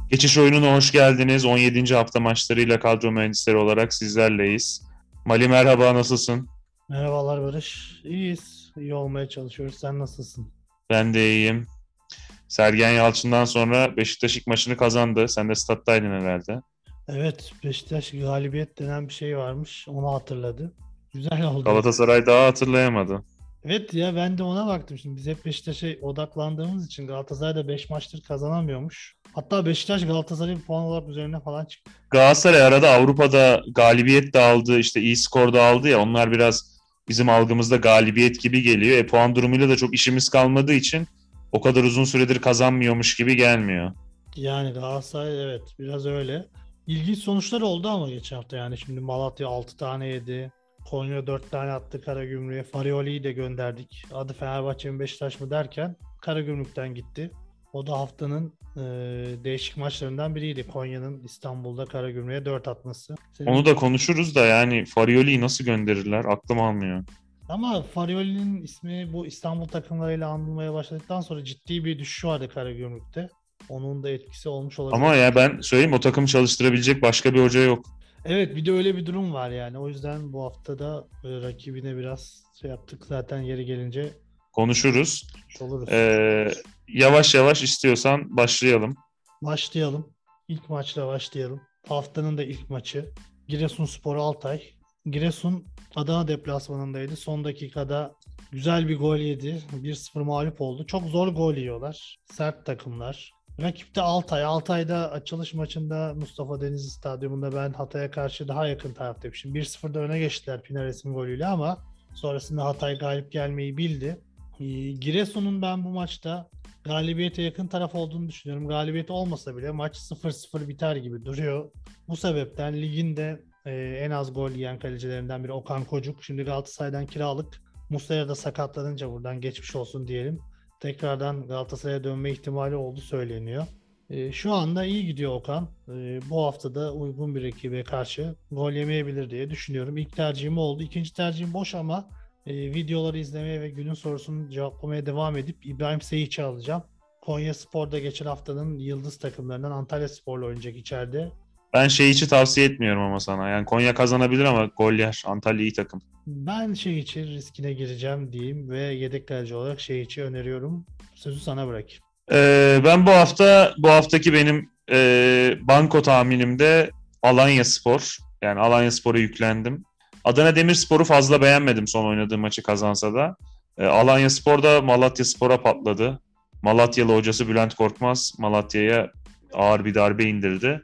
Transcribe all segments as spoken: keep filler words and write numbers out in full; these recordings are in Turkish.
Geçiş oyununa hoş geldiniz. on yedinci hafta maçlarıyla kadro mühendisleri olarak sizlerleyiz. Mali merhaba, nasılsın? Merhabalar Barış. İyiyiz. İyi olmaya çalışıyoruz. Sen nasılsın? Ben de iyiyim. Sergen Yalçın'dan sonra Beşiktaş ilk maçını kazandı. Sen de stat'taydın herhalde. Evet, Beşiktaş galibiyet denen bir şey varmış. Onu hatırladı. Güzel oldu. Galatasaray daha hatırlayamadı. Evet ya ben de ona baktım şimdi. Biz hep Beşiktaş'a odaklandığımız için Galatasaray da beş maçtır kazanamıyormuş. Hatta Beşiktaş Galatasaray'ın puan olarak üzerine falan çıktı. Galatasaray arada Avrupa'da galibiyet de aldı, işte iyi skor da aldı ya. Onlar biraz bizim algımızda galibiyet gibi geliyor. E puan durumuyla da çok işimiz kalmadığı için o kadar uzun süredir kazanmıyormuş gibi gelmiyor. Yani Galatasaray evet biraz öyle. İlginç sonuçlar oldu ama geçen hafta yani şimdi Malatya altı tane yedi. Konya dört tane attı Karagümrük'e. Farioli'yi de gönderdik. Adı Fenerbahçe mi Beşiktaş mı derken Karagümrük'ten gitti. O da haftanın e, değişik maçlarından biriydi. Konya'nın İstanbul'da Karagümrük'e dört atması. Onu Senin da konuşuruz da yani Farioli'yi nasıl gönderirler aklım almıyor. ama Farioli'nin ismi bu İstanbul takımlarıyla anılmaya başladıktan sonra ciddi bir düşüş vardı Karagümrük'te. Onun da etkisi olmuş olabilir. Ama ya ben söyleyeyim, o takım çalıştırabilecek başka bir hoca yok. Evet bir de öyle bir durum var yani. O yüzden bu hafta da e, rakibine biraz şey yaptık. Zaten yeri gelince Konuşuruz. konuşmuş oluruz. Ee, Yavaş yavaş istiyorsan başlayalım. Başlayalım. İlk maçla başlayalım. Haftanın da ilk maçı. Giresunspor Altay. Giresun Adana deplasmanındaydı. Son dakikada güzel bir gol yedi. bir sıfır mağlup oldu. Çok zor gol yiyorlar. Sert takımlar. Rakip de Altay. Altay'da açılış maçında Mustafa Denizli Stadyumunda ben Hatay'a karşı daha yakın taraftaymışım. bir sıfırda öne geçtiler Pinares'in golüyle ama sonrasında Hatay galip gelmeyi bildi. Ee, Giresun'un ben bu maçta galibiyete yakın taraf olduğunu düşünüyorum. Galibiyet olmasa bile maç sıfır sıfır biter gibi duruyor. Bu sebepten liginde e, en az gol yiyen kalecilerinden biri Okan Kocuk. Şimdi Galatasaray'dan kiralık. Muslera da sakatlanınca buradan geçmiş olsun diyelim. Tekrardan Galatasaray'a dönme ihtimali olduğu söyleniyor. E, şu anda iyi gidiyor Okan. E, bu hafta da uygun bir rakibe karşı gol yemeyebilir diye düşünüyorum. İlk tercihim oldu. İkinci tercihim boş ama e, videoları izlemeye ve günün sorusunu cevaplamaya devam edip İbrahim Seyiç'i alacağım. Konya Spor'da geçen haftanın yıldız takımlarından Antalya Spor'la oynayacak içeride. Ben şey içi tavsiye etmiyorum ama sana. Yani Konya kazanabilir ama gol yer. Antalya iyi takım. Ben şey için riskine gireceğim diyeyim ve yedek tercih olarak şey için öneriyorum. Sözü sana bırakayım. Ee, ben bu hafta bu haftaki benim e, banko tahminimde Alanya Spor. Yani Alanya Spor'a yüklendim. Adana Demirspor'u fazla beğenmedim son oynadığı maçı kazansa da. Ee, Alanya Spor da Malatya Spor'a patladı. Malatyalı hocası Bülent Korkmaz Malatya'ya ağır bir darbe indirdi.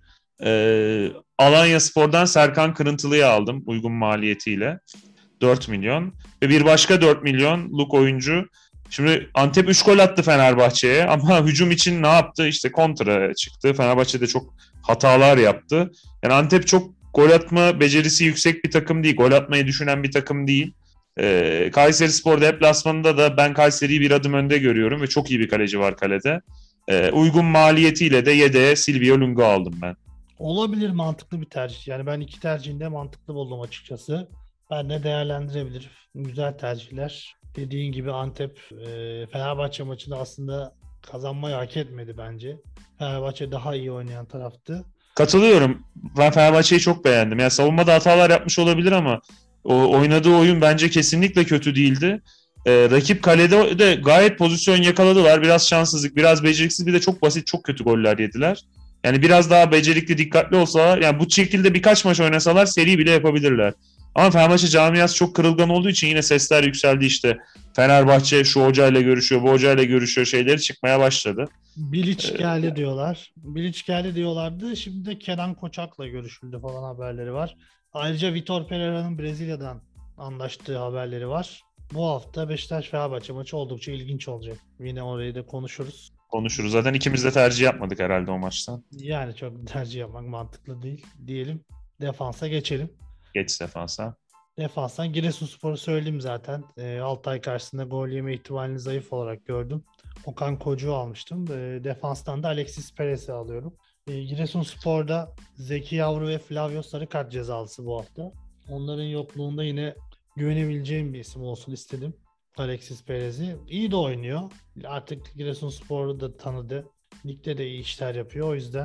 Ee, Alanya Spor'dan Serkan Kırıntılı'yı aldım uygun maliyetiyle. dört milyon. Ve bir başka dört milyonluk oyuncu. Şimdi Antep üç gol attı Fenerbahçe'ye ama hücum için ne yaptı? İşte kontra çıktı. Fenerbahçe'de çok hatalar yaptı. Yani Antep çok gol atma becerisi yüksek bir takım değil. Gol atmayı düşünen bir takım değil. Ee, Kayserispor deplasmanında da ben Kayseri'yi bir adım önde görüyorum ve çok iyi bir kaleci var kalede. Ee, uygun maliyetiyle de yedeğe Silvio Lungo aldım ben. Olabilir mantıklı bir tercih. Yani ben iki tercihinde mantıklı buldum açıkçası. Ben de değerlendirebilirim. Güzel tercihler. Dediğin gibi Antep e, Fenerbahçe maçında aslında kazanmayı hak etmedi bence. Fenerbahçe daha iyi oynayan taraftı. Katılıyorum. Ben Fenerbahçe'yi çok beğendim. Yani savunmada hatalar yapmış olabilir ama o oynadığı oyun bence kesinlikle kötü değildi. Ee, rakip kalede de gayet pozisyon yakaladılar. Biraz şanssızlık, biraz beceriksiz, bir de çok basit, çok kötü goller yediler. Yani biraz daha becerikli, dikkatli olsalar, yani bu şekilde birkaç maç oynasalar seri bile yapabilirler. Ama Fenerbahçe camiası çok kırılgan olduğu için yine sesler yükseldi işte. Fenerbahçe şu hocayla görüşüyor, bu hocayla görüşüyor şeyleri çıkmaya başladı. Bilic Ee, geldi diyorlar. Bilic geldi diyorlardı. Şimdi de Kenan Koçak'la görüşüldü falan haberleri var. Ayrıca Vitor Pereira'nın Brezilya'dan anlaştığı haberleri var. Bu hafta Beşiktaş-Fenerbahçe maçı oldukça ilginç olacak. Yine orayı da konuşuruz. Konuşuruz. Zaten ikimiz de tercih yapmadık herhalde o maçtan. Yani çok tercih yapmak mantıklı değil diyelim. Defansa geçelim. Geç defansa. Defanstan Giresunspor'u söyledim zaten. E, Altay karşısında gol yeme ihtimalini zayıf olarak gördüm. Okan Kocuğu almıştım. E, defanstan da Alexis Perez'i alıyorum. E, Giresunspor'da Zeki Yavru ve Flavio Sarıkart cezalısı bu hafta. Onların yokluğunda yine güvenebileceğim bir isim olsun istedim. Alexis Perez'i. İyi de oynuyor. Artık Giresunspor'u da tanıdı. Ligde de iyi işler yapıyor. O yüzden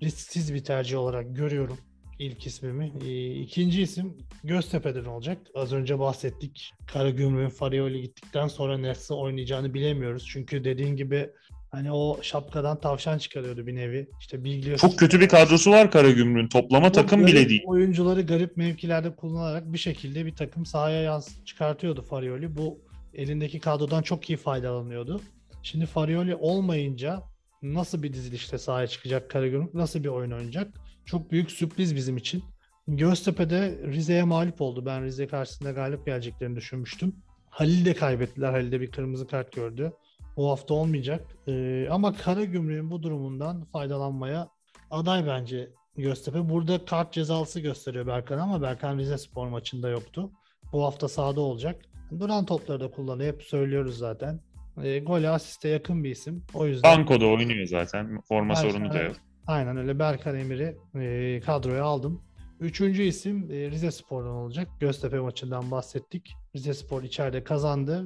risksiz bir tercih olarak görüyorum ilk ismimi. Ee, ikinci isim Göztepe'den olacak. Az önce bahsettik. Karagümrük'ün Farioli gittikten sonra nasıl oynayacağını bilemiyoruz. Çünkü dediğin gibi hani o şapkadan tavşan çıkarıyordu bir nevi. İşte Çok Biglios kötü bir kadrosu var Karagümrük'ün. Toplama çok takım bile garip değil. oyuncuları garip mevkilerde kullanarak bir şekilde bir takım sahaya yans çıkartıyordu Farioli. Bu elindeki kadrodan çok iyi faydalanıyordu. Şimdi Farioli olmayınca nasıl bir dizilişte sahaya çıkacak Karagümrük, nasıl bir oyun oynayacak? Çok büyük sürpriz bizim için. Göztepe'de Rize'ye mağlup oldu. Ben Rize karşısında galip geleceklerini düşünmüştüm. Halil'i de kaybettiler. Halil de bir kırmızı kart gördü. O hafta olmayacak. Ee, ama Karagümrük'ün bu durumundan faydalanmaya aday bence Göztepe. Burada kart cezalısı gösteriyor Berkan ama Berkan Rizespor maçında yoktu. Bu hafta sahada olacak. Duran topları da kullanıyor. Hep söylüyoruz zaten. E, gole asiste yakın bir isim. O yüzden Banko'da oynuyor zaten. Forma sorunu da Berkan, yok. aynen öyle Berkan Emir'i e, kadroya aldım. Üçüncü isim e, Rizespor'dan olacak. Göztepe maçından bahsettik. Rizespor içeride kazandı.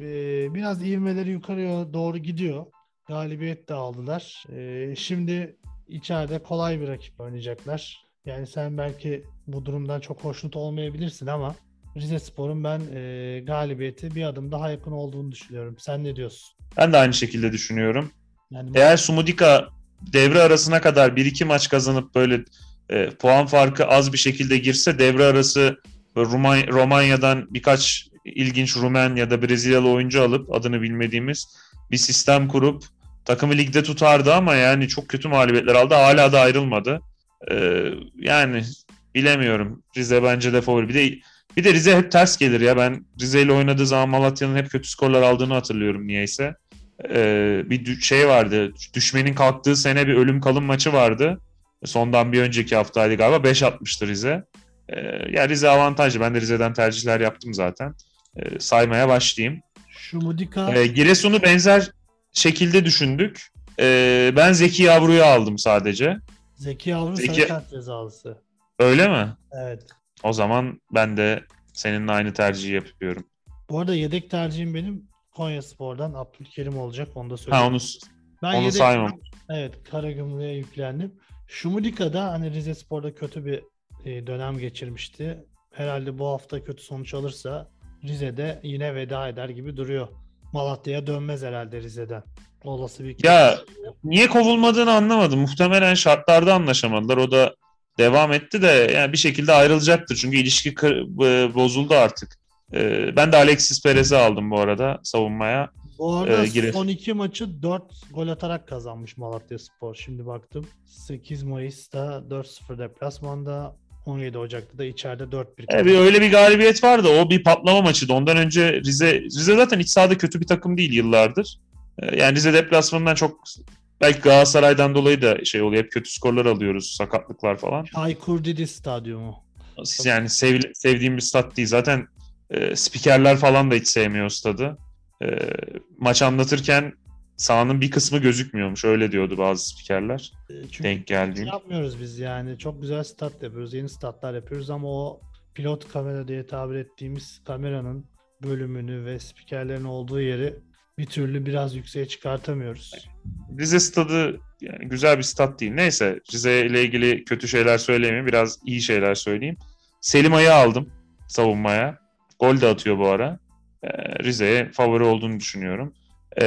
E, biraz ivmeleri yukarıya doğru gidiyor. Galibiyet de aldılar. E, şimdi içeride kolay bir rakip oynayacaklar. Yani sen belki bu durumdan çok hoşnut olmayabilirsin ama Rizespor'un ben e, galibiyeti bir adım daha yakın olduğunu düşünüyorum. Sen ne diyorsun? Ben de aynı şekilde düşünüyorum. Yani Eğer maç Sumudika devre arasına kadar bir iki maç kazanıp böyle e, puan farkı az bir şekilde girse devre arası Rumay- Romanya'dan birkaç ilginç Rumen ya da Brezilyalı oyuncu alıp adını bilmediğimiz bir sistem kurup takımı ligde tutardı ama yani çok kötü mağlubiyetler aldı. Hala da ayrılmadı. E, yani bilemiyorum. Rize bence de favori. Bir de bir de Rize hep ters gelir ya. Ben Rize ile oynadığı zaman Malatya'nın hep kötü skorlar aldığını hatırlıyorum niyeyse. Ee, bir dü- şey vardı. Düşmenin kalktığı sene bir ölüm kalım maçı vardı. Sondan bir önceki haftaydı galiba. beş atmıştı Rize. Ee, ya Rize avantajlı. Ben de Rize'den tercihler yaptım zaten. Ee, saymaya başlayayım. Şumudika Ee, Giresun'u benzer şekilde düşündük. Ee, ben Zeki Yavru'yu aldım sadece. Zeki Yavru sarı Zeki kart cezalısı. öyle mi? Evet. O zaman ben de seninle aynı tercihi yapıyorum. Bu arada yedek tercihim benim Konyaspor'dan Abdülkerim olacak. Onu da Ha söyleyeyim. onu Ben onu yedek saymam. evet Karagümrük'e yüklendim. Şumudika'da hani Rizespor'da kötü bir e, dönem geçirmişti. Herhalde bu hafta kötü sonuç alırsa Rize'de yine veda eder gibi duruyor. Malatya'ya dönmez herhalde Rize'den. Olası bir kötü. Ya niye kovulmadığını anlamadım. Muhtemelen şartlarda anlaşamadılar. O da devam etti de yani bir şekilde ayrılacaktır. Çünkü ilişki kır- b- bozuldu artık. Ee, ben de Alexis Perez'i aldım bu arada savunmaya. Bu arada Ee, Gire- son iki maçı dört gol atarak kazanmış Malatyaspor. Şimdi baktım sekiz Mayıs'ta dört sıfır deplasmanda, on yedi Ocak'ta da içeride dört bir E, bir kazanmış. öyle bir galibiyet vardı. O bir patlama maçıydı. Ondan önce Rize Rize zaten iç sahada kötü bir takım değil yıllardır. Ee, yani Rize deplasmanından çok belki Galatasaray'dan dolayı da şey oluyor. Hep kötü skorlar alıyoruz. Sakatlıklar falan. Çaykur Didi Stadyumu. Yani sev- sevdiğim bir stat değil. Zaten e, spikerler falan da hiç sevmiyor stadı. E, maç anlatırken sahanın bir kısmı gözükmüyormuş. Öyle diyordu bazı spikerler. E, Çünkü Denk geldiğim. yapmıyoruz biz yani. Çok güzel stat yapıyoruz. Yeni statlar yapıyoruz ama o pilot kamera diye tabir ettiğimiz kameranın bölümünü ve spikerlerin olduğu yeri bir türlü biraz yükseğe çıkartamıyoruz. Rize stadı yani güzel bir stat değil. Neyse Rize ile ilgili kötü şeyler söylemeyeyim. Biraz iyi şeyler söyleyeyim. Selim Ay'ı aldım savunmaya. Gol de atıyor bu ara. E, Rize'ye favori olduğunu düşünüyorum.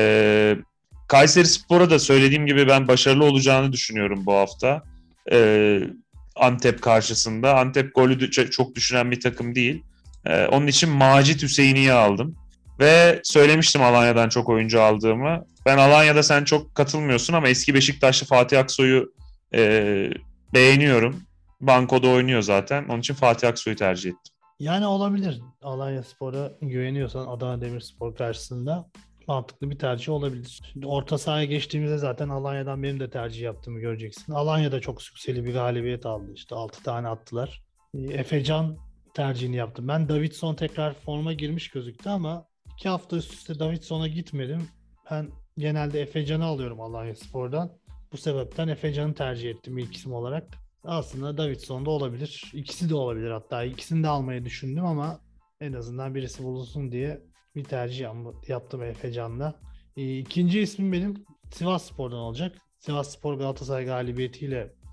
E, Kayserispor'a da söylediğim gibi ben başarılı olacağını düşünüyorum bu hafta. E, Antep karşısında. Antep golü de çok düşünen bir takım değil. E, onun için Macit Hüseyin'i aldım. Ve söylemiştim Alanya'dan çok oyuncu aldığımı. Ben Alanya'da sen çok katılmıyorsun ama eski Beşiktaşlı Fatih Aksoy'u e, beğeniyorum. Banko'da oynuyor zaten. Onun için Fatih Aksoy'u tercih ettim. Yani olabilir. Alanyaspor'a güveniyorsan Adana Demirspor karşısında mantıklı bir tercih olabilir. Şimdi orta sahaya geçtiğimizde zaten Alanya'dan benim de tercih yaptığımı göreceksin. Alanya'da çok sükseli bir galibiyet aldı. İşte altı tane attılar. E, Efecan tercihini yaptım. Ben Davidson tekrar forma girmiş gözüktü ama iki hafta üst üste Davidson'a gitmedim. Ben genelde Efecan'ı alıyorum Alanyaspor'dan. Bu sebepten Efecan'ı tercih ettim ilk isim olarak. Aslında Davidson da olabilir. İkisi de olabilir hatta. İkisini de almayı düşündüm ama en azından birisi bulunsun diye bir tercih yaptım Efecan'la. E, ikinci ismim benim Sivasspor'dan olacak. Sivasspor Galatasaray galibiyetiyle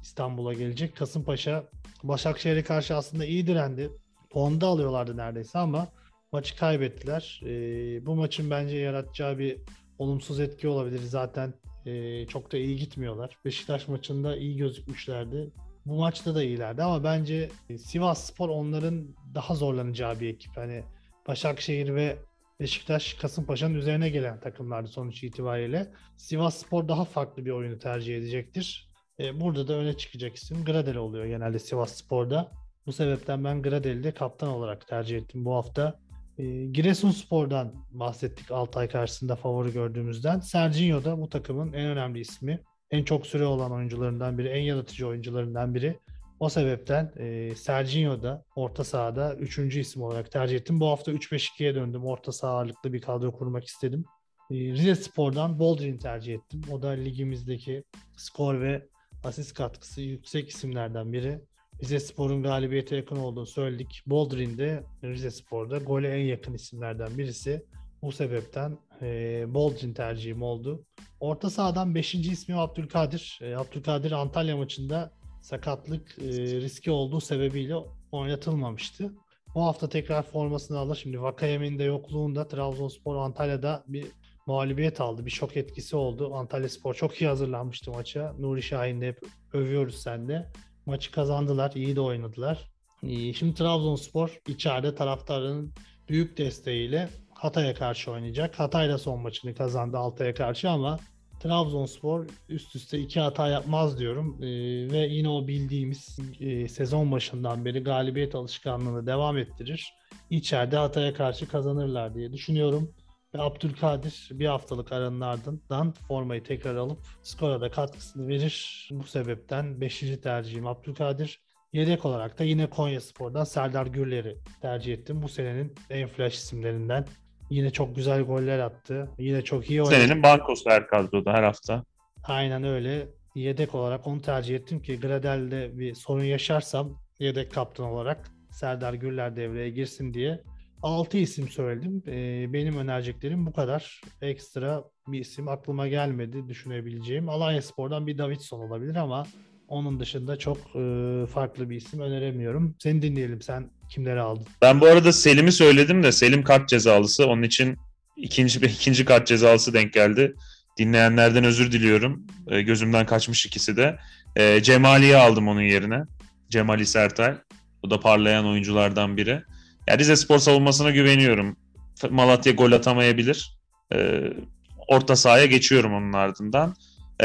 İstanbul'a gelecek. Kasımpaşa Başakşehir'e karşı aslında iyi direndi. Puanı da alıyorlardı neredeyse ama maçı kaybettiler. Ee, bu maçın bence yaratacağı bir olumsuz etki olabilir. Zaten e, çok da iyi gitmiyorlar. Beşiktaş maçında iyi gözükmüşlerdi. Bu maçta da iyilerdi ama bence Sivasspor onların daha zorlanacağı bir ekip. Hani Başakşehir ve Beşiktaş Kasımpaşa'nın üzerine gelen takımlardı sonuç itibariyle. Sivasspor daha farklı bir oyunu tercih edecektir. E, burada da öne çıkacak isim Gradel oluyor genelde Sivasspor'da. Bu sebepten ben Gradel'i de kaptan olarak tercih ettim bu hafta. E, Giresunspor'dan bahsettik Altay karşısında favori gördüğümüzden. Serginho da bu takımın en önemli ismi. En çok süre olan oyuncularından biri, en yaratıcı oyuncularından biri. O sebepten e, Serginho da orta sahada üçüncü isim olarak tercih ettim. Bu hafta üç beş ikiye döndüm. Orta saha ağırlıklı bir kadro kurmak istedim. E, Rizespor'dan Boldrin'i tercih ettim. O da ligimizdeki skor ve asist katkısı yüksek isimlerden biri. Rizespor'un galibiyete yakın olduğunu söyledik. Boldrin de Rizespor'da gole en yakın isimlerden birisi. Bu sebepten e, Boldrin tercihim oldu. Orta sahadan beşinci ismi Abdülkadir. E, Abdülkadir Antalya maçında sakatlık e, riski olduğu sebebiyle oynatılmamıştı. Bu hafta tekrar formasını alır. Şimdi Vakayeme'nin de yokluğunda Trabzonspor Antalya'da bir mağlubiyet aldı. Bir şok etkisi oldu. Antalyaspor çok iyi hazırlanmıştı maça. Nuri Şahin'le hep övüyoruz sende. Maçı kazandılar. İyi de oynadılar. E, şimdi Trabzonspor içeride taraftarının büyük desteğiyle Hatay'a karşı oynayacak. Hatay da son maçını kazandı Altay'a karşı ama Trabzonspor üst üste iki hata yapmaz diyorum. Ee, ve yine o bildiğimiz e, sezon başından beri galibiyet alışkanlığını devam ettirir. İçeride Hatay'a karşı kazanırlar diye düşünüyorum. Ve Abdülkadir bir haftalık aranın ardından formayı tekrar alıp skora da katkısını verir. Bu sebepten beşinci tercihim Abdülkadir. Yedek olarak da yine Konyaspor'dan Serdar Gürler'i tercih ettim. Bu senenin en flash isimlerinden. Yine çok güzel goller attı. Yine çok iyi oynadı. Senenin bankosu her kadroda her hafta. Aynen öyle. Yedek olarak onu tercih ettim ki Gradel'de bir sorun yaşarsam yedek kaptan olarak Serdar Gürler devreye girsin diye. altı isim söyledim. Ee, benim önereceklerim bu kadar. Ekstra bir isim aklıma gelmedi düşünebileceğim. Alanyaspor'dan bir Davidson olabilir ama onun dışında çok e, farklı bir isim öneremiyorum. Seni dinleyelim. Sen kimleri aldın? Ben bu arada Selim'i söyledim de Selim kart cezalısı. Onun için ikinci ikinci kart cezalısı denk geldi. Dinleyenlerden özür diliyorum. E, gözümden kaçmış ikisi de. E, Cemali'yi aldım onun yerine. Cemali Sertay. O da parlayan oyunculardan biri. Yani Rizespor savunmasına güveniyorum. Malatya gol atamayabilir. E, orta sahaya geçiyorum onun ardından.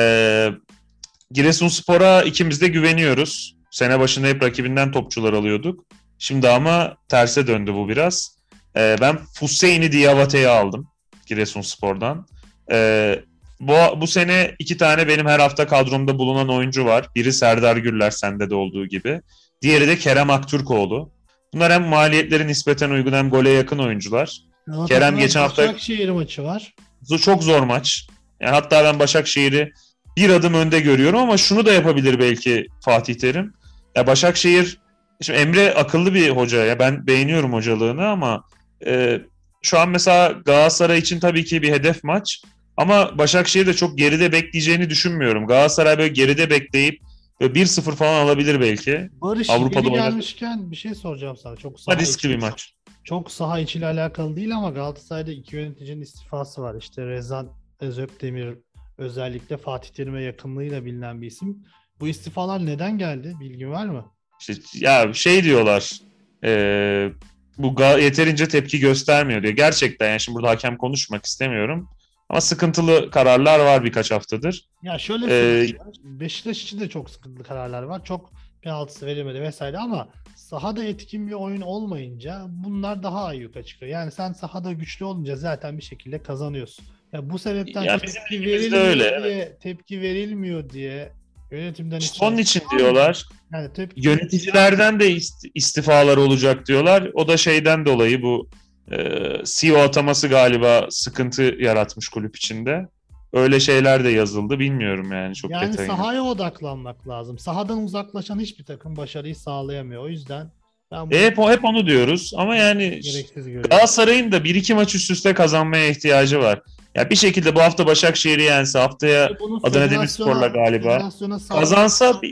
E, Giresunspor'a ikimiz de güveniyoruz. Sene başında hep rakibinden topçular alıyorduk. Şimdi ama terse döndü bu biraz. Ee, ben Hüseyin'i Diabate'yi aldım Giresunspor'dan. Ee, bu, bu sene iki tane benim her hafta kadromda bulunan oyuncu var. Biri Serdar Gürler, sende de olduğu gibi. Diğeri de Kerem Aktürkoğlu. Bunlar hem maliyetleri nispeten uygun hem gole yakın oyuncular. Ama Kerem geçen hafta... Başakşehir maçı var. Çok zor maç. Yani hatta ben Başakşehir'i bir adım önde görüyorum ama şunu da yapabilir belki Fatih Terim. Ya Başakşehir, şimdi Emre akıllı bir hoca, ya ben beğeniyorum hocalığını ama e, şu an mesela Galatasaray için tabii ki bir hedef maç ama Başakşehir de çok geride bekleyeceğini düşünmüyorum. Galatasaray böyle geride bekleyip bir sıfır falan alabilir belki. Barış, Avrupa'da yeni oynadı. gelmişken bir şey soracağım sana. Çok saha Riskli içi, bir maç. Çok saha içiyle alakalı değil ama Galatasaray'da iki yöneticinin istifası var. İşte Rezan Özöpdemir özellikle Fatih Terim'e yakınlığıyla bilinen bir isim. Bu istifalar neden geldi? Bilgin var mı? İşte ya şey diyorlar, e, bu ga- yeterince tepki göstermiyor diyor. Gerçekten yani şimdi burada hakem konuşmak istemiyorum. Ama sıkıntılı kararlar var birkaç haftadır. Ya şöyle Ee, söyleyeyim. Beşiktaş için de çok sıkıntılı kararlar var. Çok penaltısı verilmedi vesaire ama sahada etkin bir oyun olmayınca bunlar daha ayyuka çıkıyor. Yani sen sahada güçlü olunca zaten bir şekilde kazanıyorsun. Ya bu sebepten Ya tepki bizim ligimizde verilmiyor öyle, diye, tepki verilmiyor diye yönetimden işte onun için diyorlar. Yani tepki Yöneticilerden de ist- istifalar olacak diyorlar. O da şeyden dolayı bu e, C E O ataması galiba sıkıntı yaratmış kulüp içinde. Öyle şeyler de yazıldı. Bilmiyorum yani çok yani detayını. sahaya odaklanmak lazım. Sahadan uzaklaşan hiçbir takım başarıyı sağlayamıyor. O yüzden ben E, hep, hep onu diyoruz ama yani gereksiz görüyorum. Galatasaray'ın da bir iki maç üst üste kazanmaya ihtiyacı var. Ya bir şekilde bu hafta Başakşehir'i yense, haftaya Bunu Adana federasyona- Demirspor'la galiba federasyona sağ- kazansa bir,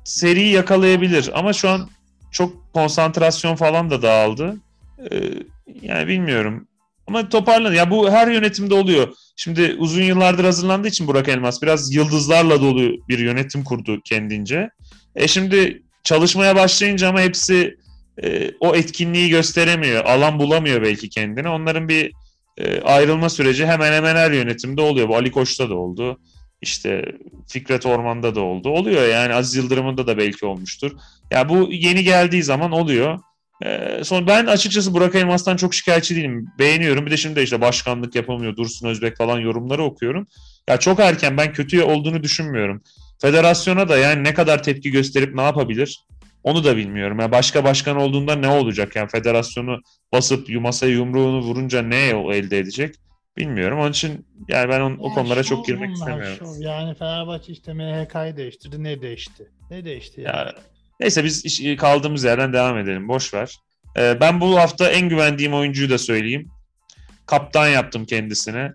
seriyi yakalayabilir ama şu an çok konsantrasyon falan da dağıldı. Ee, yani bilmiyorum. Ama toparlan. Ya bu her yönetimde oluyor. Şimdi uzun yıllardır hazırlandığı için Burak Elmas biraz yıldızlarla dolu bir yönetim kurdu kendince. E şimdi çalışmaya başlayınca ama hepsi e, o etkinliği gösteremiyor. Alan bulamıyor belki kendine. Onların bir e, ayrılma süreci hemen hemen her yönetimde oluyor. Bu Ali Koç'ta da oldu. İşte Fikret Orman'da da oldu. Oluyor yani, Aziz Yıldırım'da da belki olmuştur. Ya bu yeni geldiği zaman oluyor. Ee, son ben açıkçası Burak Elmas'tan çok şikayetçi değilim. Beğeniyorum. Bir de şimdi de işte başkanlık yapamıyor, Dursun Özbek falan yorumları okuyorum. Ya çok erken, ben kötü olduğunu düşünmüyorum. Federasyona da yani ne kadar tepki gösterip ne yapabilir? Onu da bilmiyorum. Ya başka başkan olduğunda ne olacak? Yani federasyonu basıp masaya yumruğunu vurunca ne elde edecek? Bilmiyorum. Onun için yani ben on, o Ya konulara çok şov girmek bunlar istemiyorum. şov. Yani Fenerbahçe işte M H K'yı değiştirdi. Ne değişti? Ne değişti yani? Ya, neyse biz iş- kaldığımız yerden devam edelim. Boş ver. Ee, ben bu hafta en güvendiğim oyuncuyu da söyleyeyim. Kaptan yaptım kendisine.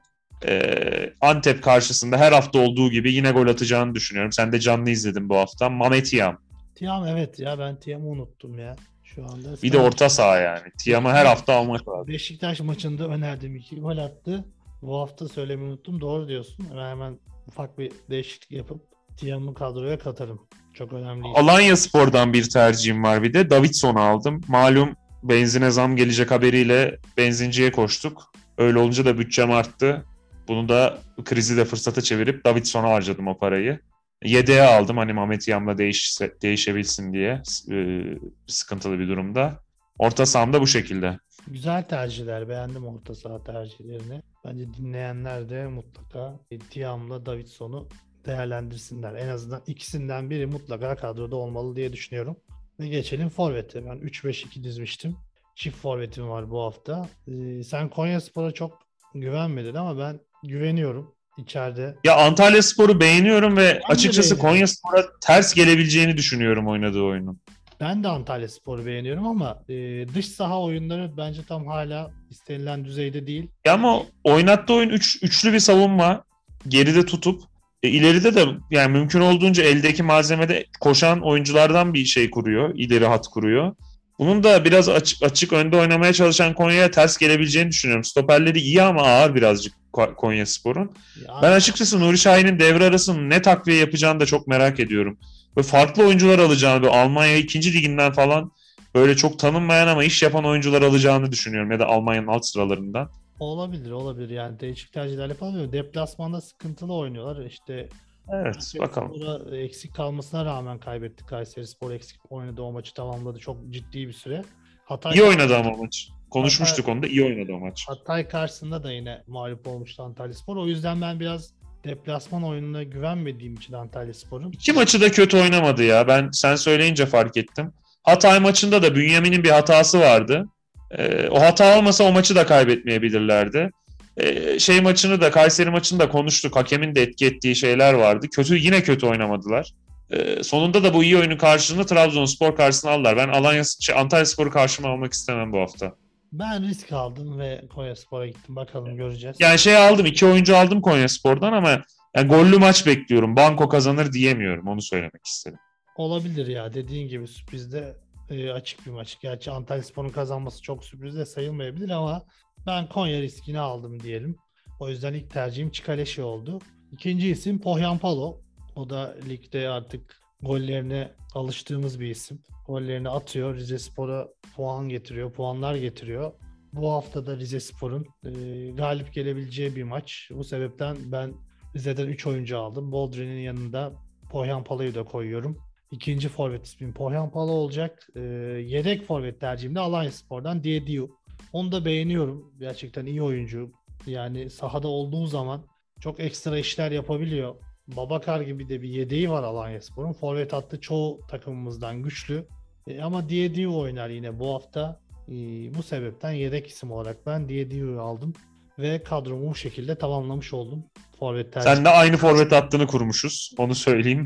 Ee, Antep karşısında her hafta olduğu gibi yine gol atacağını düşünüyorum. Sen de canlı izledin bu hafta. Mehmet Tiam. Tiam, evet ya, ben Tiam'ı unuttum ya şu anda. Bir de Sen orta saha yani. Tiam'ı her hafta almak lazım. Beşiktaş maçında önerdim, iki gol attı. Bu hafta söylemeyi unuttum. Doğru diyorsun. Ben hemen ufak bir değişiklik yapıp Tiam'ı kadroya katarım. Çok önemli. Alanya Spor'dan bir tercihim var bir de. Davidson'u aldım. Malum benzine zam gelecek haberiyle benzinciye koştuk. Öyle olunca da bütçem arttı. Bunu da, krizi de fırsata çevirip Davidson'a harcadım o parayı. Yedeğe aldım hani Mehmet Yam'la değişse, değişebilsin diye, e, sıkıntılı bir durumda. Orta sahamda bu şekilde. Güzel tercihler. Beğendim orta saha tercihlerini. Bence dinleyenler de mutlaka Tiam'la Davidson'u değerlendirsinler. En azından ikisinden biri mutlaka kadroda olmalı diye düşünüyorum. Ve geçelim forvete. Ben üç beş iki dizmiştim. Çift forvetim var bu hafta. Ee, sen Konyaspor'a çok güvenmedin ama ben güveniyorum içeride. Ya Antalyaspor'u beğeniyorum ve Ben de açıkçası beğeniyorum. Konyaspor'a ters gelebileceğini düşünüyorum oynadığı oyunun. Ben de Antalyaspor'u beğeniyorum ama e, dış saha oyunları bence tam hala istenilen düzeyde değil. Ya ama oynattığı oyun üç, üçlü bir savunma. Geride tutup e, ileride de yani mümkün olduğunca eldeki malzemede koşan oyunculardan bir şey kuruyor. İleri hat kuruyor. Bunun da biraz açık, açık önde oynamaya çalışan Konya'ya ters gelebileceğini düşünüyorum. Stoperleri iyi ama ağır birazcık Konyaspor'un. Ben Ya, açıkçası Nuri Şahin'in devre arasını ne takviye yapacağını da çok merak ediyorum. Ve farklı oyuncular alacağını, böyle Almanya ikinci liginden falan böyle çok tanınmayan ama iş yapan oyuncular alacağını düşünüyorum. Ya da Almanya'nın alt sıralarından. olabilir olabilir yani değişik tercihler yapabiliyor. Deplasmanda sıkıntılı oynuyorlar. İşte Evet, bakalım. Kayserispor'a eksik kalmasına rağmen kaybetti. Kayserispor eksik oynadı, o maçı tamamladı çok ciddi bir süre. Hatay, İyi oynadı ama maç. Hatay, Konuşmuştuk onu da, iyi oynadı o maç. Hatay karşısında da yine mağlup olmuştu Antalyaspor. O yüzden ben biraz deplasman oyununa güvenmediğim için Antalyaspor'un. İki maçı da kötü oynamadı ya. Ben sen söyleyince fark ettim. Hatay maçında da Bünyamin'in bir hatası vardı. Ee, o hata olmasa o maçı da kaybetmeyebilirlerdi. Ee, şey maçını da, Kayseri maçını da konuştuk. Hakemin de etki ettiği şeyler vardı. Kötü, yine kötü oynamadılar. Ee, sonunda da bu iyi oyunun karşılığını Trabzonspor karşısına aldılar. Ben Alanya, şey, Antalyaspor'u karşıma almak istemem bu hafta. Ben risk aldım ve Konyaspor'a gittim. Bakalım, göreceğiz. Yani şey aldım, iki oyuncu aldım Konyaspor'dan ama yani gollü maç bekliyorum. Banko kazanır diyemiyorum. Onu söylemek istedim. Olabilir ya, dediğin gibi sürprizde e, açık bir maç. Gerçi Antalyaspor'un kazanması çok sürpriz de sayılmayabilir ama ben Konya riskini aldım diyelim. O yüzden ilk tercihim Çikaleşi oldu. İkinci isim Pohyanpalo. O da ligde artık gollerine alıştığımız bir isim. Gollerini atıyor. Rizespor'a puan getiriyor, puanlar getiriyor. Bu hafta da Rizespor'un e, galip gelebileceği bir maç. Bu sebepten ben Rize'den üç oyuncu aldım. Boldrin'in yanında Pohyanpalo'yu da koyuyorum. İkinci forvet ismim Pohyanpalo olacak. Ee, yedek forvet tercihim de Alanyaspor'dan Diediu. Onu da beğeniyorum. Gerçekten iyi oyuncu. Yani sahada olduğu zaman çok ekstra işler yapabiliyor. Babakar gibi de bir yedeği var Alanyaspor'un. Forvet hattı çoğu takımımızdan güçlü. E, ama Diediu oynar yine bu hafta. E, bu sebepten yedek isim olarak ben Diediu'yu aldım. Ve kadromu bu şekilde tamamlamış oldum. Forvet tercih. Sen de aynı forvet hattını kurmuşuz. Onu söyleyeyim.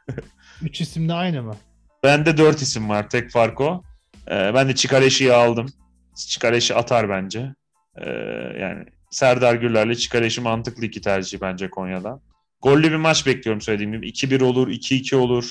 Üç isim de aynı mı? Bende dört isim var. Tek fark o. Ee, ben de Çikaleşi'yi aldım. Çikaleşi atar bence. Ee, yani Serdar Gürler'le Çikaleşi mantıklı iki tercih bence Konya'dan. Gollü bir maç bekliyorum söylediğim gibi. iki bir olur, iki iki olur.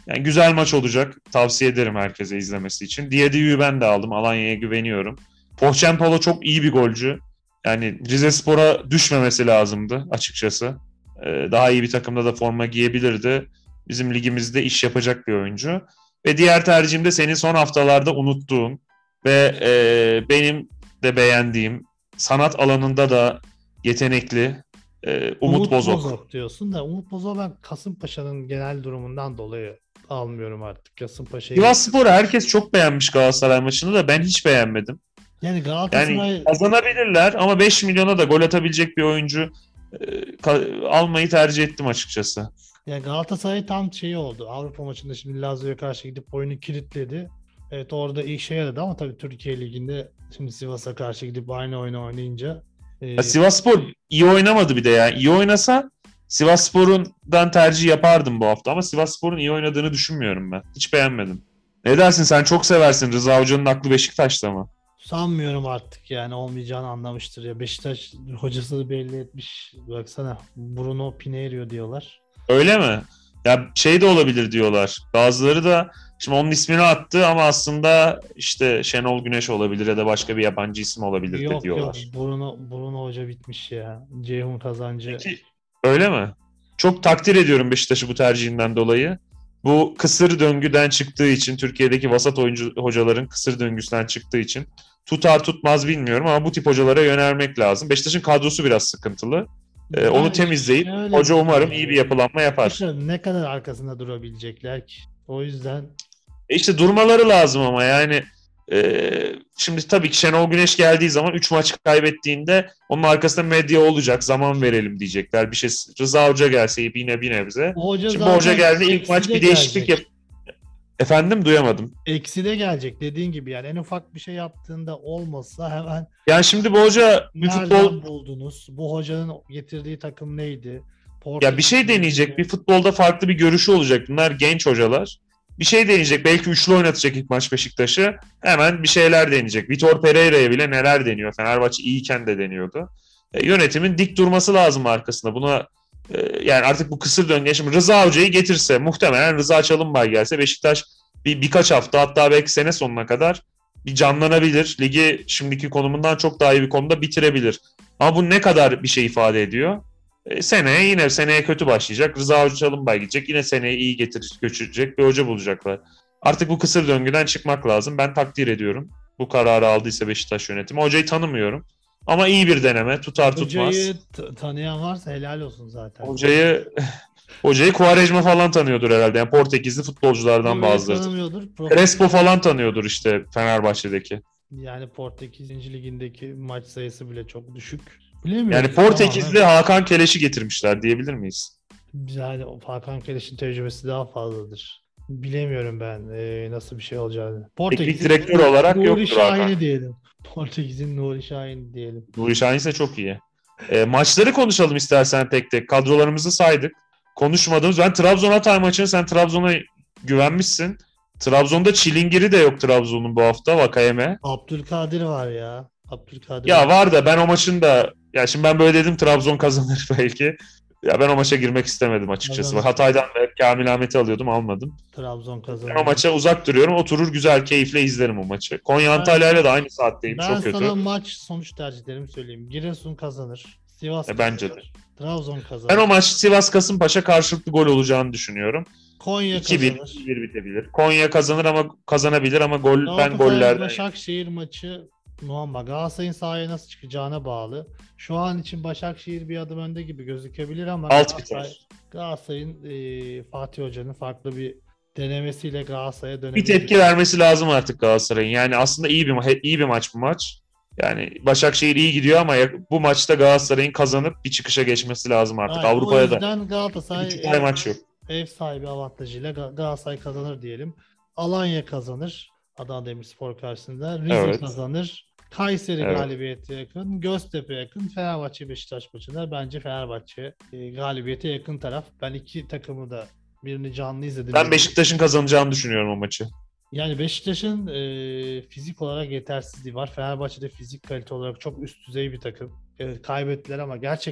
Yani güzel maç olacak. Tavsiye ederim herkese izlemesi için. Diyedyü'yü ben de aldım. Alanya'ya güveniyorum. Pohçempalo çok iyi bir golcü. Yani Rizespor'a düşmemesi lazımdı açıkçası. Ee, daha iyi bir takımda da forma giyebilirdi. Bizim ligimizde iş yapacak bir oyuncu. Ve diğer tercihim de senin son haftalarda unuttuğun ve e, benim de beğendiğim, sanat alanında da yetenekli e, Umut, Umut Bozok. Bozok diyorsun da Umut Bozok ben Kasımpaşa'nın genel durumundan dolayı almıyorum artık. Kasımpaşa'yı. Sivasspor'u herkes çok beğenmiş Galatasaray maçını da ben hiç beğenmedim. Yani Yani Galatasaray kazanabilirler ama beş milyona da gol atabilecek bir oyuncu e, ka- almayı tercih ettim açıkçası. ya Galatasaray tam şeyi oldu. Avrupa maçında şimdi Lazio'ya karşı gidip oyunu kilitledi. Evet orada ilk şey yaradı ama tabii Türkiye Ligi'nde şimdi Sivas'a karşı gidip aynı oyunu oynayınca Ya e, Sivasspor iyi oynamadı bir de ya. İyi oynasa Sivasspor'undan tercih yapardım bu hafta ama Sivasspor'un iyi oynadığını düşünmüyorum ben. Hiç beğenmedim. Ne dersin, sen çok seversin. Rıza Hoca'nın aklı Beşiktaş'ta mı? sanmıyorum artık yani olmayacağını anlamıştır ya. Beşiktaş hocası da belli etmiş. Baksana Bruno Pinheiro diyorlar. Öyle mi? Ya şey de olabilir diyorlar. Bazıları da şimdi onun ismini attı ama aslında işte Şenol Güneş olabilir ya da başka bir yabancı isim olabilir de Yok yok diyorlar. Bruno, Bruno Hoca bitmiş ya. Ceyhun Kazancı. Peki öyle mi? Çok takdir ediyorum Beşiktaş'ı bu tercihinden dolayı. Bu kısır döngüden çıktığı için, Türkiye'deki vasat oyuncu hocaların kısır döngüsünden çıktığı için tutar tutmaz bilmiyorum ama bu tip hocalara yönelmek lazım. Beşiktaş'ın kadrosu biraz sıkıntılı. Ee, onu Ben temizleyip şöyle hoca umarım diyeyim iyi bir yani. yapılanma yapar. Bakalım ne kadar arkasında durabilecekler ki. O yüzden E işte durmaları lazım ama yani e, şimdi tabii ki Şenol Güneş geldiği zaman üç maç kaybettiğinde onun arkasında medya olacak, zaman verelim diyecekler. Bir şey, Rıza Hoca gelse yine bir nebze. o hoca Şimdi bu hoca zaten geldi, ilk eksi maç de bir değişiklik yap. gelecek. Efendim, duyamadım. Eksi de gelecek dediğin gibi yani en ufak bir şey yaptığında olmasa hemen Yani şimdi bu hoca bir futbol, nereden buldunuz? Bu hocanın getirdiği takım neydi? ya bir şey deneyecek, bir futbolda farklı bir görüşü olacak. Bunlar genç hocalar. Bir şey deneyecek. Belki üçlü oynatacak ilk maç Beşiktaş'ı. Hemen bir şeyler deneyecek. Vitor Pereira'ya bile neler deniyor. Fenerbahçe iyiyken de deniyordu. E, yönetimin dik durması lazım arkasında. Buna e, yani artık bu kısır döngü. Şimdi Rıza Hoca'yı getirse, muhtemelen Rıza Çalınbay gelse Beşiktaş bir birkaç hafta, hatta belki sene sonuna kadar bir canlanabilir. Ligi şimdiki konumundan çok daha iyi bir konumda bitirebilir. Ama bu ne kadar bir şey ifade ediyor? E, seneye yine seneye kötü başlayacak. Rıza Hoca Çalınbay gidecek. Yine seneye iyi getirecek, götürecek bir hoca bulacaklar. Artık bu kısır döngüden çıkmak lazım. Ben takdir ediyorum bu kararı aldıysa Beşiktaş yönetimi. Hocayı tanımıyorum. Ama iyi bir deneme. Tutar tutmaz. Hocayı t- tanıyan varsa helal olsun zaten. Hocayı hocayı Quaresma falan tanıyordur herhalde. Yani Portekizli futbolculardan Orayı bazıları. tanımıyordur. Crespo falan tanıyordur işte Fenerbahçe'deki. Yani Portekiz ikinci ligindeki maç sayısı bile çok düşük. Bilemiyoruz. Yani Portekizli Hakan Keleş'i getirmişler diyebilir miyiz? Yani Hakan Keleş'in tecrübesi daha fazladır. Bilemiyorum ben e, nasıl bir şey olacağını. Teknik direktör olarak Nuri yoktur Hakan. Şahin'i diyelim. Portekiz'in Nuri Şahin diyelim. Nuri Şahin ise çok iyi. E, maçları konuşalım istersen tek tek. Kadrolarımızı saydık. Konuşmadığımız. Ben Trabzon Hatay maçını, sen Trabzon'a güvenmişsin. Trabzon'da Çilingiri de yok Trabzon'un bu hafta, Vakayeme. Abdülkadir var ya. Abdülkadir Ya var da ben o maçın da, ya şimdi ben böyle dedim Trabzon kazanır belki. Ya ben o maça girmek istemedim açıkçası. Kazanır. Hatay'dan da Kamil Ahmet'i alıyordum, almadım. Trabzon kazanır. Ben o maça uzak duruyorum. Oturur güzel keyifle izlerim o maçı. Konya Ben- Antalya'yla da aynı saatteyim. Ben Çok kötü. sana maç sonuç tercihlerimi söyleyeyim. Giresun kazanır. Sivas E, kazanır. bence de. Trabzon kazanır. Ben o maç Sivas Kasımpaşa karşılıklı gol olacağını düşünüyorum. Konya iki bir, kazanır. iki bir bitebilir. Konya kazanır ama kazanabilir ama gol ben Galatasaray gollerden. Başakşehir maçı normal. Galatasaray'ın sahaya nasıl çıkacağına bağlı. Şu an için Başakşehir bir adım önde gibi gözükebilir ama Alt Galatasaray, biter. Galatasaray'ın e, Fatih Hoca'nın farklı bir denemesiyle Galatasaray'a Bir dönebilir. tepki vermesi lazım artık Galatasaray'ın. Yani aslında iyi bir ma- iyi bir maç bu maç. Yani Başakşehir iyi gidiyor ama ya- bu maçta Galatasaray'ın kazanıp bir çıkışa geçmesi lazım artık. Aynen, Avrupa'ya o da. yüzden Galatasaray İki tane ev, maç yok. ev sahibi avantajıyla Ga- Galatasaray kazanır diyelim. Alanya kazanır. Adana Demirspor karşısında. Rize Evet. kazanır. Kayseri Evet. galibiyete yakın. Göztepe yakın. Fenerbahçe Beşiktaş maçında bence Fenerbahçe e, galibiyete yakın taraf. Ben iki takımı da birini canlı izledim. Ben Beşiktaş'ın kazanacağını düşünüyorum o maçı. Yani Beşiktaş'ın e, fizik olarak yetersizliği var. Fenerbahçe'de fizik kalite olarak çok üst düzey bir takım. Evet, kaybettiler ama gerçekten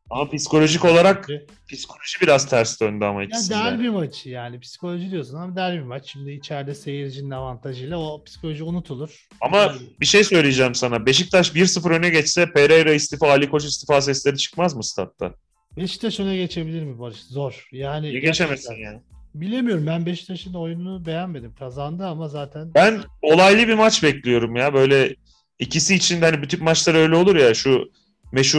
Ama psikolojik olarak psikoloji biraz ters döndü ama Ya ikisinde. derbi maçı yani psikoloji diyorsun ama derbi maç. Şimdi içeride seyircinin avantajıyla o psikoloji unutulur. Ama Yani bir şey söyleyeceğim sana. Beşiktaş bir sıfır öne geçse Pereira istifa, Ali Koç istifa sesleri çıkmaz mı statta? Beşiktaş öne geçebilir mi Barış? Zor. Yani Niye gerçekten. geçemesin yani? Bilemiyorum, ben Beşiktaş'ın oyununu beğenmedim. Kazandı ama zaten Ben olaylı bir maç bekliyorum ya. Böyle ikisi için de hani bütün maçlar öyle olur ya. Şu meşhur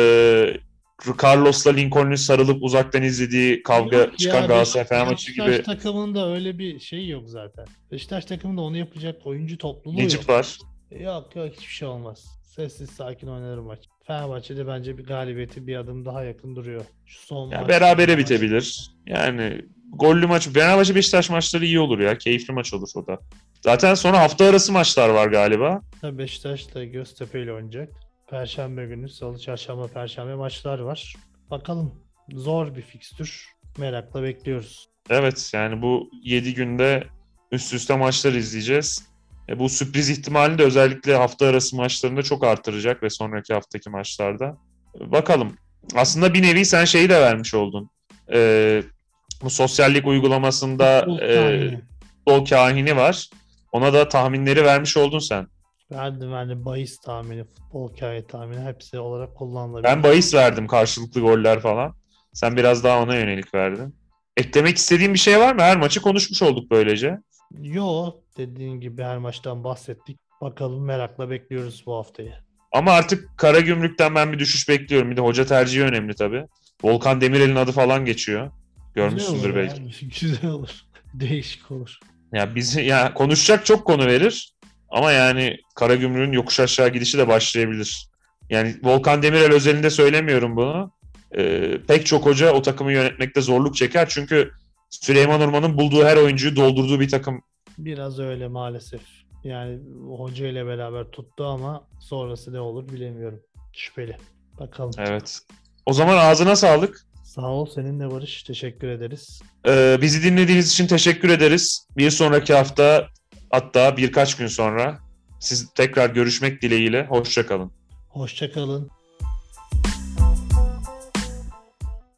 e, Carlos'la Lincoln'un sarılıp uzaktan izlediği kavga yok çıkan ya, Galatasaray Beş- Fener maçı Beşiktaş gibi. takımında öyle bir şey yok zaten. Beşiktaş takımında onu yapacak oyuncu topluluğu yok. Necip var. Yok yok, hiçbir şey olmaz. Sessiz sakin oynanır maç. Fenerbahçe'de bence bir galibiyeti bir adım daha yakın duruyor. Şu son Ya maç. berabere maç. bitebilir. Yani gollü maç. Fenerbahçe Beşiktaş maçları iyi olur ya. Keyifli maç olur o da. Zaten sonra hafta arası maçlar var galiba. Tabii Beşiktaş da Göztepe ile oynayacak. Perşembe günü, Salı, Çarşamba, Perşembe maçlar var. Bakalım. Zor bir fikstür. Merakla bekliyoruz. Evet yani bu yedi günde üst üste maçlar izleyeceğiz. E, bu sürpriz ihtimalini de özellikle hafta arası maçlarında çok artıracak ve sonraki haftaki maçlarda. E, bakalım. Aslında bir nevi sen şeyi de vermiş oldun. E, bu sosyallik uygulamasında Futbol e, tahmini. futbol kahini var. Ona da tahminleri vermiş oldun sen. Verdim verdim. Bahis tahmini, futbol hikaye tahmini hepsi olarak kullanılabilir. Ben bahis verdim karşılıklı goller falan. Sen biraz daha ona yönelik verdin. Eklemek istediğin bir şey var mı? Her maçı konuşmuş olduk böylece. Yo, dediğin gibi her maçtan bahsettik. Bakalım, merakla bekliyoruz bu haftayı. Ama artık Karagümrük'ten ben bir düşüş bekliyorum. Bir de hoca tercihi önemli tabii. Volkan Demirel'in adı falan geçiyor. Görmüşsündür Güzel olur belki. ya. Güzel olur. Değişik olur. Ya biz ya konuşacak çok konu verir. Ama yani Karagümrük'ün yokuş aşağı gidişi de başlayabilir. Yani Volkan Demirel özelinde söylemiyorum bunu. Ee, pek çok hoca o takımı yönetmekte zorluk çeker. Çünkü Süleyman Urman'ın bulduğu her oyuncuyu doldurduğu bir takım. Biraz öyle maalesef. Yani hoca ile beraber tuttu ama sonrası ne olur bilemiyorum. Şüpheli. Bakalım. Evet. O zaman ağzına sağlık. Sağ ol, seninle Barış. Teşekkür ederiz. Ee, bizi dinlediğiniz için teşekkür ederiz. Bir sonraki hafta, hatta birkaç gün sonra siz tekrar görüşmek dileğiyle. Hoşça kalın. Hoşça kalın.